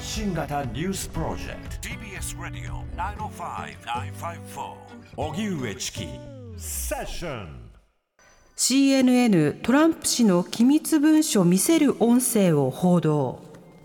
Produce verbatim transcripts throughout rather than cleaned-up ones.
発信型ニュースプロジェクト ティービーエス ラディオきゅうまるご、きゅうごよん荻上チキセッション。 シーエヌエヌ トランプ氏の機密文書見せる音声を報道。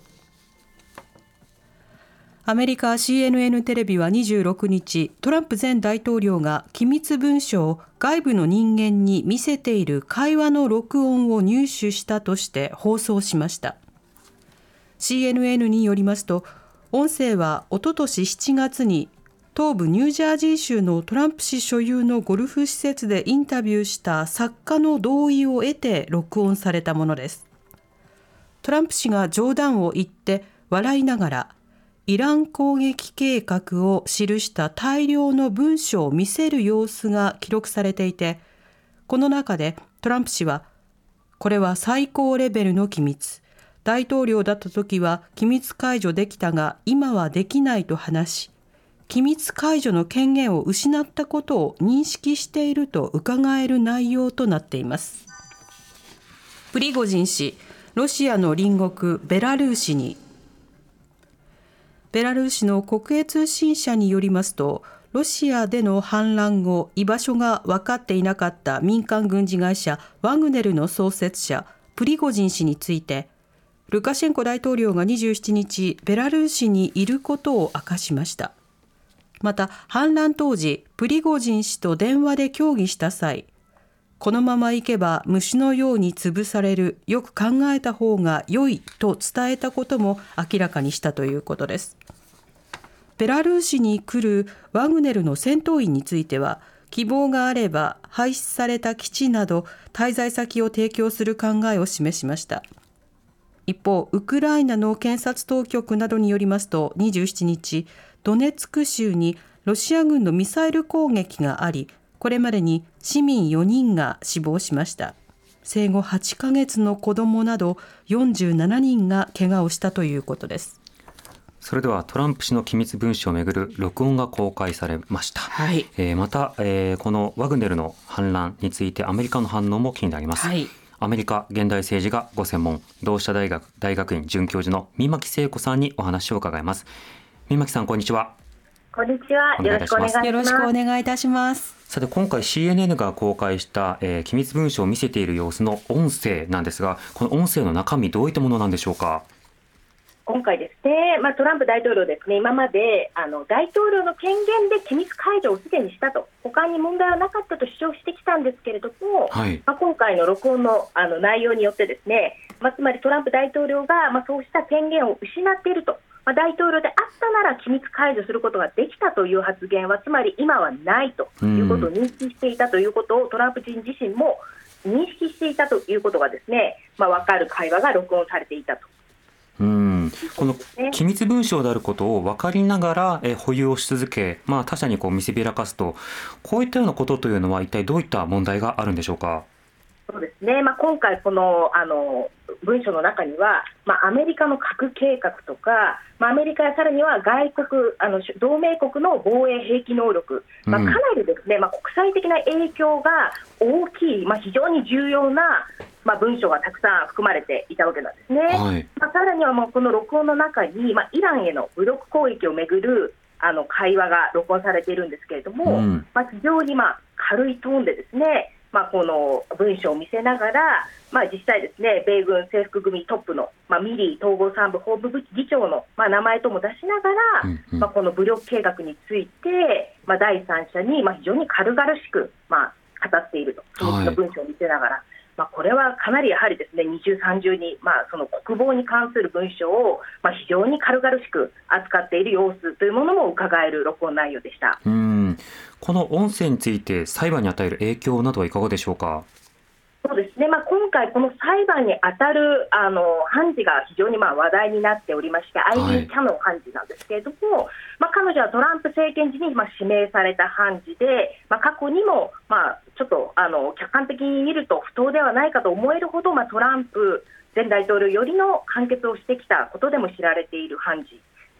アメリカ シーエヌエヌ テレビはにじゅうろくにち、トランプ前大統領が機密文書を外部の人間に見せている会話の録音を入手したとして放送しました。シーエヌエヌ によりますと、音声はおととししちがつに東部ニュージャージー州のトランプ氏所有のゴルフ施設でインタビューした作家の同意を得て録音されたものです。トランプ氏が冗談を言って笑いながらイラン攻撃計画を記した大量の文書を見せる様子が記録されていて、この中でトランプ氏は、これは最高レベルの機密。大統領だった時は機密解除できたが今はできないと話し、機密解除の権限を失ったことを認識していると伺える内容となっています。プリゴジン氏、ロシアの隣国ベラルーシにベラルーシの国営通信社によりますと、ロシアでの反乱後、居場所が分かっていなかった民間軍事会社ワグネルの創設者プリゴジン氏について、ルカシェンコ大統領がにじゅうしちにち、ベラルーシにいることを明かしました。また、反乱当時、プリゴジン氏と電話で協議した際、このままいけば虫のように潰される、よく考えた方が良いと伝えたことも明らかにしたということです。ベラルーシに来るワグネルの戦闘員については、希望があれば廃止された基地など滞在先を提供する考えを示しました。一方、ウクライナの検察当局などによりますと、にじゅうしちにち、ドネツク州にロシア軍のミサイル攻撃があり、これまでに市民よにんが死亡しました。生後はちかげつの子供などよんじゅうななにんが怪我をしたということです。 それではトランプ氏の機密文書をめぐる録音が公開されました、 はい。 えー、また、えー、このワグネルの反乱についてアメリカの反応も気になります、 はい。 アメリカ現代政治がご専門、同志社大学大学院准教授の三巻聖子さんにお話を伺います。三巻さん、こんにちは。 こんにちは。よろしくお願いします。 よろしくお願いいたします。 さて、今回 シーエヌエヌ が公開した、えー、機密文書を見せている様子の音声なんですが、この音声の中身、どういったものなんでしょうか。 今回ですね、まあ、トランプ大統領ですね、今まであの大統領の権限で機密解除をすでにしたと、他に問題はなかったと主張してきたんですけれども、はい、まあ、今回の録音の、あの内容によってですね、まあ、つまりトランプ大統領が、まあ、そうした権限を失っていると、まあ、大統領であったなら機密解除することができたという発言は、つまり今はないということを認識していたということを、トランプ人自身も認識していたということがですね、まあ、分かる会話が録音されていたと。 うん、この機密文書であることを分かりながらえ保有をし続け、まあ、他者にこう見せびらかすと、こういったようなことというのは一体どういった問題があるんでしょうか。 そうですね、まあ、今回この、あの文書の中には、まあ、アメリカの核計画とか、まあ、アメリカやさらには外国あの同盟国の防衛兵器能力、まあ、かなりですね、まあ、国際的な影響が大きい、まあ、非常に重要な、まあ、文書がたくさん含まれていたわけなんですね、はい。まあ、さらにはもうこの録音の中に、まあ、イランへの武力攻撃をめぐるあの会話が録音されているんですけれども、うん、まあ、非常にまあ軽いトーンでですね、まあ、この文書を見せながら、まあ、実際ですね、米軍制服組トップの、まあ、ミリー統合参謀本部議長の、まあ、名前とも出しながら、うんうん、まあ、この武力計画について、まあ、第三者に、まあ、非常に軽々しく、まあ、語っていると、その文書を見せながら、はい。まあ、これはかなりやはりですね、二重三重に、まあ、その国防に関する文書を、まあ、非常に軽々しく扱っている様子というものも伺える録音内容でした。 うん、この音声について裁判に与える影響などはいかがでしょうか。 そうですね、まあ、今回この裁判に当たるあの判事が非常にまあ話題になっておりまして、はい、アイリーン・キャノン判事なんですけれども、まあ、彼女はトランプ政権時にまあ指名された判事で、まあ、過去にもまあちょっとあの客観的に見ると不当ではないかと思えるほど、まあ、トランプ前大統領よりの判決をしてきたことでも知られている判事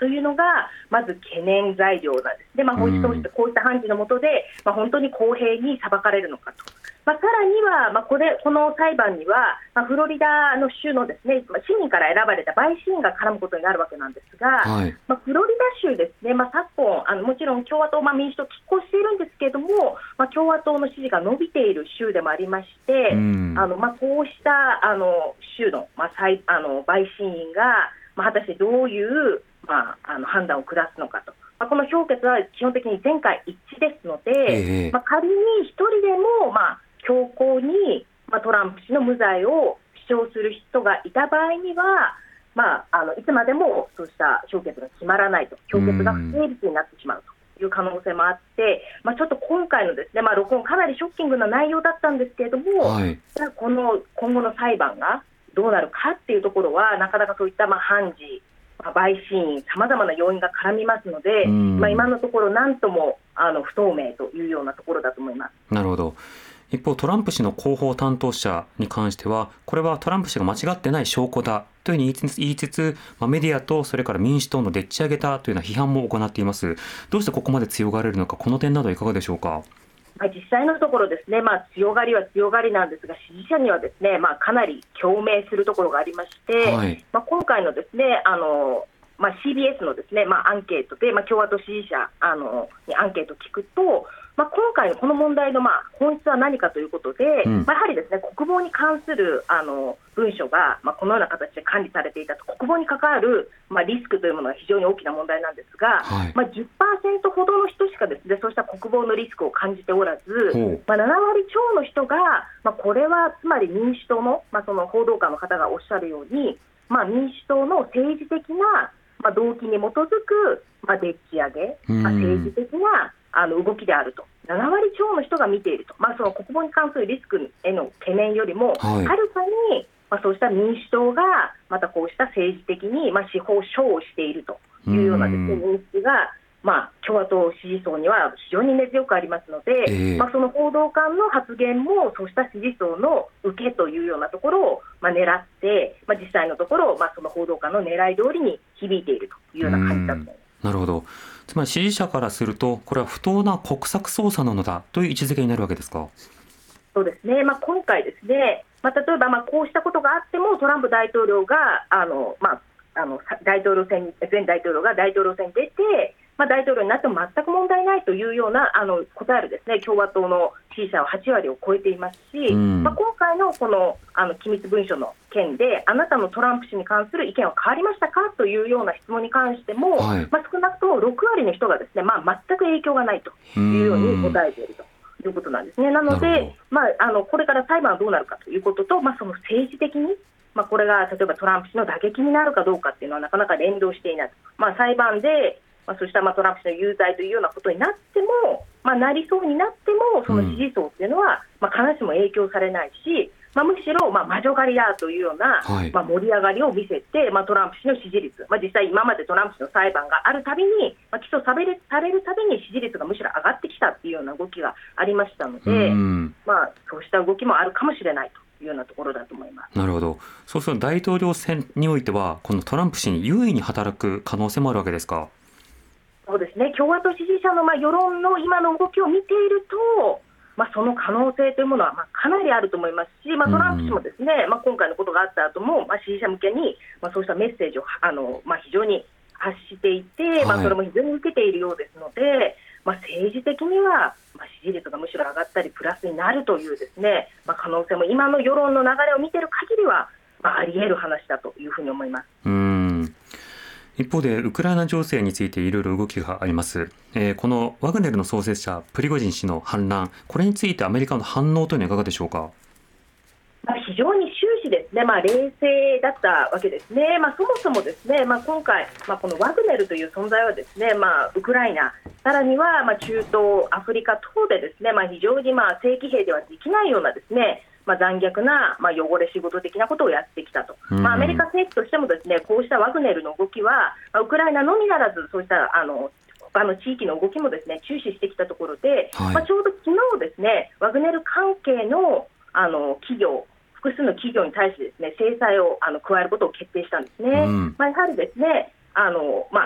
というのがまず懸念材料なんですね。まあ、こうしたこういった判事の下で、まあ、本当に公平に裁かれるのかと。まあ、さらには、まあ、これこの裁判には、まあ、フロリダの州のですね、まあ、市民から選ばれた陪審員が絡むことになるわけなんですが、 はい、 まあ、フロリダ州ですね、まあ、昨今あのもちろん共和党、まあ、民主党拮抗しているんですけれども、まあ、共和党の支持が伸びている州でもありまして、 うんあのまあ、こうしたあの州の、まあ、裁あの陪審員が、まあ、果たしてどういう、まあ、あの判断を下すのかと。まあ、この評決は基本的に全会一致ですので、 ええまあ、仮に一人でも、まあ、強硬に、まあ、トランプ氏の無罪を主張する人がいた場合には、まあ、あのいつまでもそうした評決が決まらないと、評決が不成立になってしまうという可能性もあって、まあ、ちょっと今回のですね、まあ、録音かなりショッキングな内容だったんですけれども、 はい、 じゃあこの今後の裁判がどうなるかっていうところはなかなかそういったまあ判事、まあ、陪審員さまざまな要因が絡みますので、まあ、今のところ何ともあの不透明というようなところだと思います。 なるほど。一方、トランプ氏の広報担当者に関しては、これはトランプ氏が間違ってない証拠だというふうに言いつつ、まあ、メディアとそれから民主党のでっち上げたというような批判も行っています。どうしてここまで強がれるのか、この点などいかがでしょうか。 まあ、実際のところですね、まあ、強がりは強がりなんですが、支持者にはですね、まあ、かなり共鳴するところがありまして、 はい、 まあ、今回のですね、あのまあ、シービーエス のですね、まあ、アンケートで、まあ、共和党支持者あのにアンケートを聞くと、まあ、今回のこの問題のまあ本質は何かということで、うん、まあ、やはりですね、国防に関するあの文書が、まあ、このような形で管理されていたと、国防に関わる、まあ、リスクというものが非常に大きな問題なんですが、はい、まあ、じゅっパーセント ほどの人しかですね、そうした国防のリスクを感じておらず、まあ、ななわり超の人が、まあ、これはつまり民主党の、まあ、その報道官の方がおっしゃるように、まあ、民主党の政治的な、まあ、動機に基づく、まあ、でっち上げ、まあ、政治的なあの動きであると、ななわり超の人が見ていると、まあ、その国防に関するリスクへの懸念よりも、はるかに、まあ、そうした民主党がまたこうした政治的に、まあ、司法書をしているというようなですね、認識が、まあ、共和党支持層には非常に根強くありますので、えーまあ、その報道官の発言もそうした支持層の受けというようなところを、まあ、狙って、まあ、実際のところ、まあ、その報道官の狙い通りに響いているというような感じだと思います。 なるほど。つまり支持者からすると、これは不当な国策操作なのだという位置づけになるわけですか。 そうですね、まあ、今回ですね、まあ、例えばまあこうしたことがあってもトランプ大統領があの、まあ、あの大統領選に前大統領が大統領選に出て、まあ、大統領になっても全く問題ないというようなあの答えるですね、共和党の支持者ははちわりを超えていますし、うん、まあ、今回のこのあの機密文書の件であなたのトランプ氏に関する意見は変わりましたかというような質問に関しても、はい、まあ、少なくともろくわりの人がですね、まあ、全く影響がないというように答えているということなんですね。なので、まあ、あのこれから裁判はどうなるかということと、まあ、その政治的に、まあ、これが例えばトランプ氏の打撃になるかどうかっていうのはなかなか連動していないと、まあ、裁判で、まあ、そうしたまあトランプ氏の有罪というようなことになっても、まあ、なりそうになってもその支持層っていうのは、うん、まあ、必ずしも影響されないし、まあ、むしろまあ魔女狩りだというような、はい、まあ、盛り上がりを見せて、まあ、トランプ氏の支持率、まあ、実際今までトランプ氏の裁判があるたびに、まあ、起訴される、されるたびに支持率がむしろ上がってきたというような動きがありましたので、うん、まあ、そうした動きもあるかもしれないというようなところだと思います。 なるほど。そうすると大統領選においてはこのトランプ氏に優位に働く可能性もあるわけですか。 そうですね、共和党支持者のまあ世論の今の動きを見ていると、まあ、その可能性というものはまあかなりあると思いますし、まあ、トランプ氏もですね、まあ、今回のことがあった後も、まあ、支持者向けにまあそうしたメッセージをあの、まあ、非常に発していて、はい、まあ、それも非常に受けているようですので、まあ、政治的にはまあ支持率がむしろ上がったりプラスになるというですね、まあ、可能性も今の世論の流れを見ている限りは、まあ、あり得る話だというふうに思います。 うーん。一方でウクライナ情勢についていろいろ動きがあります、えー、このワグネルの創設者プリゴジン氏の反乱、これについてアメリカの反応というのはいかがでしょうか。 まあ、非常に終始ですね、まあ、冷静だったわけですね。まあ、そもそもですね、まあ、今回、まあ、このワグネルという存在はですね、まあ、ウクライナ、さらにはまあ中東、アフリカ等でですね、まあ、非常にまあ正規兵ではできないようなですね、まあ、残虐な、まあ、汚れ仕事的なことをやってきたと、まあ、アメリカ政府としてもですね、こうしたワグネルの動きは、まあ、ウクライナのみならずそうしたあの他の地域の動きもですね注視してきたところで、はい、まあ、ちょうど昨日ですね、ワグネル関係のあの企業複数の企業に対してですね制裁をあの加えることを決定したんですね。うん、まあ、やはりですねあの、まあ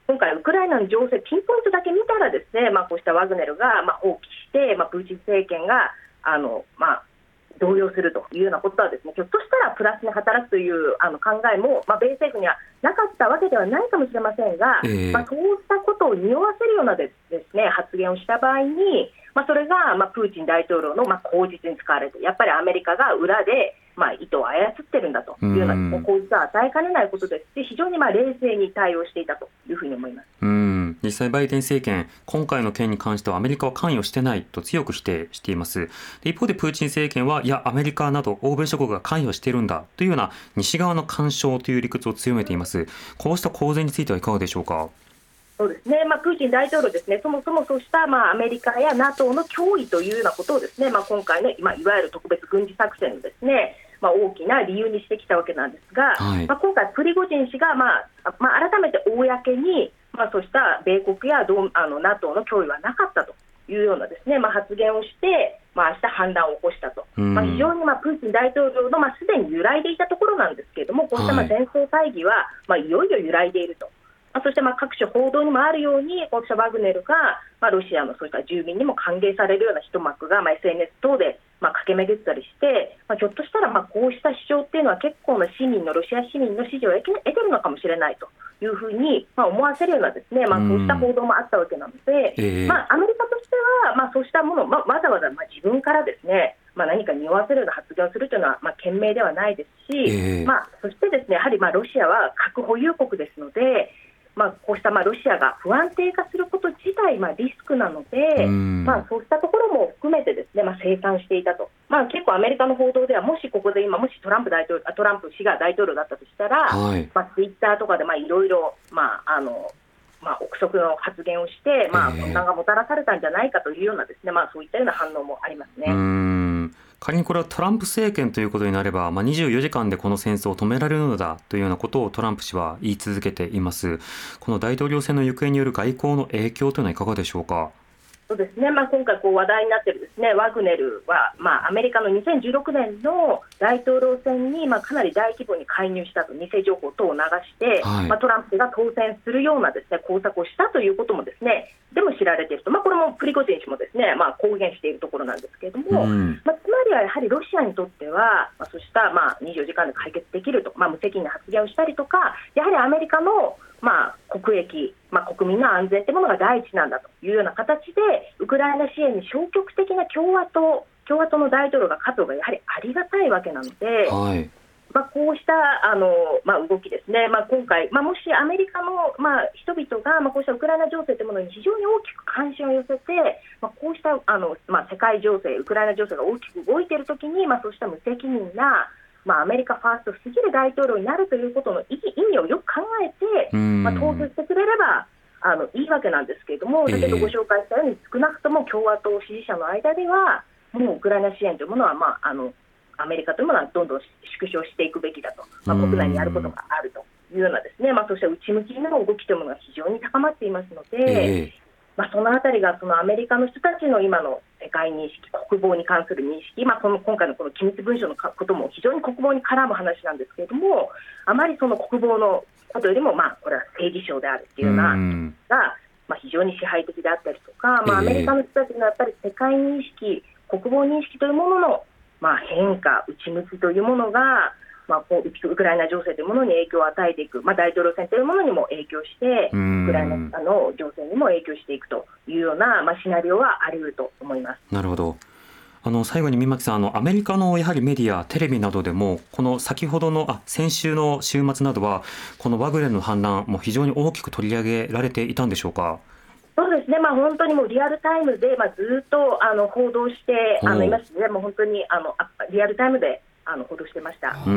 今回ウクライナの情勢ピンポイントだけ見たらですね、まあ、こうしたワグネルがまあ放棄して、まあ、プーチン政権があの、まあ、動揺するというようなことはですね、ひょっとしたらプラスに働くというあの考えも、まあ、米政府にはなかったわけではないかもしれませんが、えーまあ、そうしたことを匂わせるようなですね、発言をした場合に、まあ、それがまあプーチン大統領のまあ口実に使われて、やっぱりアメリカが裏でまあ意図を操ってるんだというような口実は与えかねないことですし、非常にまあ冷静に対応していたというふうに思います。 うん実際バイデン政権、今回の件に関してはアメリカは関与してないと強く否定しています。で一方でプーチン政権はいやアメリカなど欧米諸国が関与しているんだというような西側の干渉という理屈を強めています。こうした構図についてはいかがでしょうか。 そうですね、まあ、プーチン大統領ですね、そもそもそうした、まあ、アメリカや ナトー の脅威というようなことをですね、まあ、今回の、まあ、いわゆる特別軍事作戦のですね、まあ、大きな理由にしてきたわけなんですが、はい、まあ、今回プリゴジン氏が、まあまあ、改めて公に、まあ、そうした米国やドあの ナトー の脅威はなかったというようなですね、まあ、発言をして、まあ、明日反乱を起こしたと、まあ、非常にまあプーチン大統領のまあすでに揺らいでいたところなんですけれども、こうしたまあ前奏会議はまあいよいよ揺らいでいると。そしてまあ各種報道にもあるように、こうしたワグネルがまあロシアのそういった住民にも歓迎されるような一幕がまあ エスエヌエス 等でまあ駆け巡ったりして、まあ、ひょっとしたらまあこうした主張っていうのは結構な市民のロシア市民の支持を得てるのかもしれないというふうにまあ思わせるようなですね、まあ、そうした報道もあったわけなので、えーまあ、アメリカとしてはまあそうしたものを、まあ、わざわざまあ自分からですね、まあ、何か匂わせるような発言をするというのはまあ賢明ではないですし、えーまあ、そしてですね、やはりまあロシアは核保有国ですので、まあ、こうしたまあロシアが不安定化すること自体まあリスクなので、まあ、そうしたところも含めてですね、まあ、静観していたと、まあ、結構アメリカの報道では、もしここで今もしトランプ大統領トランプ氏が大統領だったとしたら、はいまあ、ツイッターとかでいろいろ憶測の発言をして、まあ、混乱がもたらされたんじゃないかというようなですね、まあ、そういったような反応もありますね。 うーん仮にこれはトランプ政権ということになれば、まあ、にじゅうよじかんでこの戦争を止められるのだというようなことをトランプ氏は言い続けています。この大統領選の行方による外交の影響というのはいかがでしょうか。 そうですね、まあ、今回こう話題になっているですね、ワグネルは、まあ、アメリカのにせんじゅうろくねんの大統領選に、まあ、かなり大規模に介入したと、偽情報等を流して、はいまあ、トランプ氏が当選するようなですね工作をしたということもですね、でも知られていると、まあ、これもプリゴジン氏もですね、まあ、公言しているところなんですけれども、うんまあ、つまりはやはりロシアにとっては、まあ、そうしたまあにじゅうよじかんで解決できると、まあ、無責任な発言をしたりとか、やはりアメリカのまあ、国益、まあ、国民の安全というものが第一なんだというような形で、ウクライナ支援に消極的な共和党、共和党の大統領が勝つのがやはりありがたいわけなので、はいまあ、こうしたあの、まあ、動きですね、まあ、今回、まあ、もしアメリカの、まあ、人々が、まあ、こうしたウクライナ情勢というものに非常に大きく関心を寄せて、まあ、こうしたあの、まあ、世界情勢、ウクライナ情勢が大きく動いているときに、まあ、そうした無責任なまあ、アメリカファーストすぎる大統領になるということの意義、意味をよく考えて、まあ、投票してくれればあのいいわけなんですけれども、先ほどご紹介したように、少なくとも共和党支持者の間では、もうウクライナ支援というものは、まあ、あのアメリカというものはどんどん縮小していくべきだと、まあ、国内にやることがあるというようなですね、まあ、そうした内向きな動きというものが非常に高まっていますので、まあ、そのあたりがそのアメリカの人たちの今の世界認識、国防に関する認識、まあ、この今回のこの機密文書のことも非常に国防に絡む話なんですけれども、あまりその国防のことよりも、まあ、これは正義賞であるというようなが、まあ、非常に支配的であったりとか、まあ、アメリカの人たちのやっぱり世界認識、国防認識というものの、まあ、変化、内向きというものが、まあ、こうウクライナ情勢というものに影響を与えていく、まあ、大統領選というものにも影響して、ウクライナの情勢にも影響していくというような、まあ、シナリオはあり得ると思います。 なるほど。あの最後に三巻さん、あのアメリカのやはりメディア、テレビなどでもこの先ほどのあ先週の週末などはこのワグネルの反乱も非常に大きく取り上げられていたんでしょうか。 そうですね、まあ、本当にもうリアルタイムで、まあ、ずっとあの報道してあのいますね。もう本当にあのリアルタイムであの報道してました。 うん、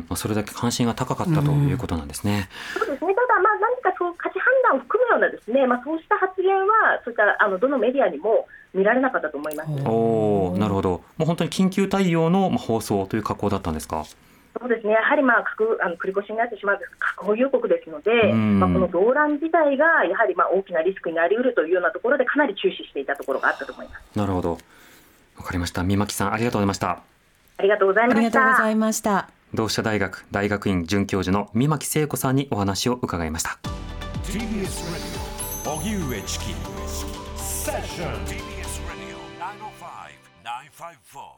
それだけ関心が高かったということなんですね。 そうですね。ただ、まあ、何かそう価値判断を含むようなですね、まあ、そうした発言はそういったあのどのメディアにも見られなかったと思います。 おー、なるほど。もう本当に緊急対応の放送という格好だったんですか。 そうですね、やはり、まあ、核あの繰り越しになってしまう核保有国ですので、まあ、この動乱自体がやはりまあ大きなリスクになりうるというようなところでかなり注視していたところがあったと思います。 なるほど、わかりました。三巻さん、ありがとうございました。 ありがとうございました。 ありがとうございました。 同志社大学大学院准教授の三巻聖子さんにお話を伺いました。 ティービーエス Radio 荻上チキセッション ティービーエス Radio ナインオーファイブ ナインファイブフォー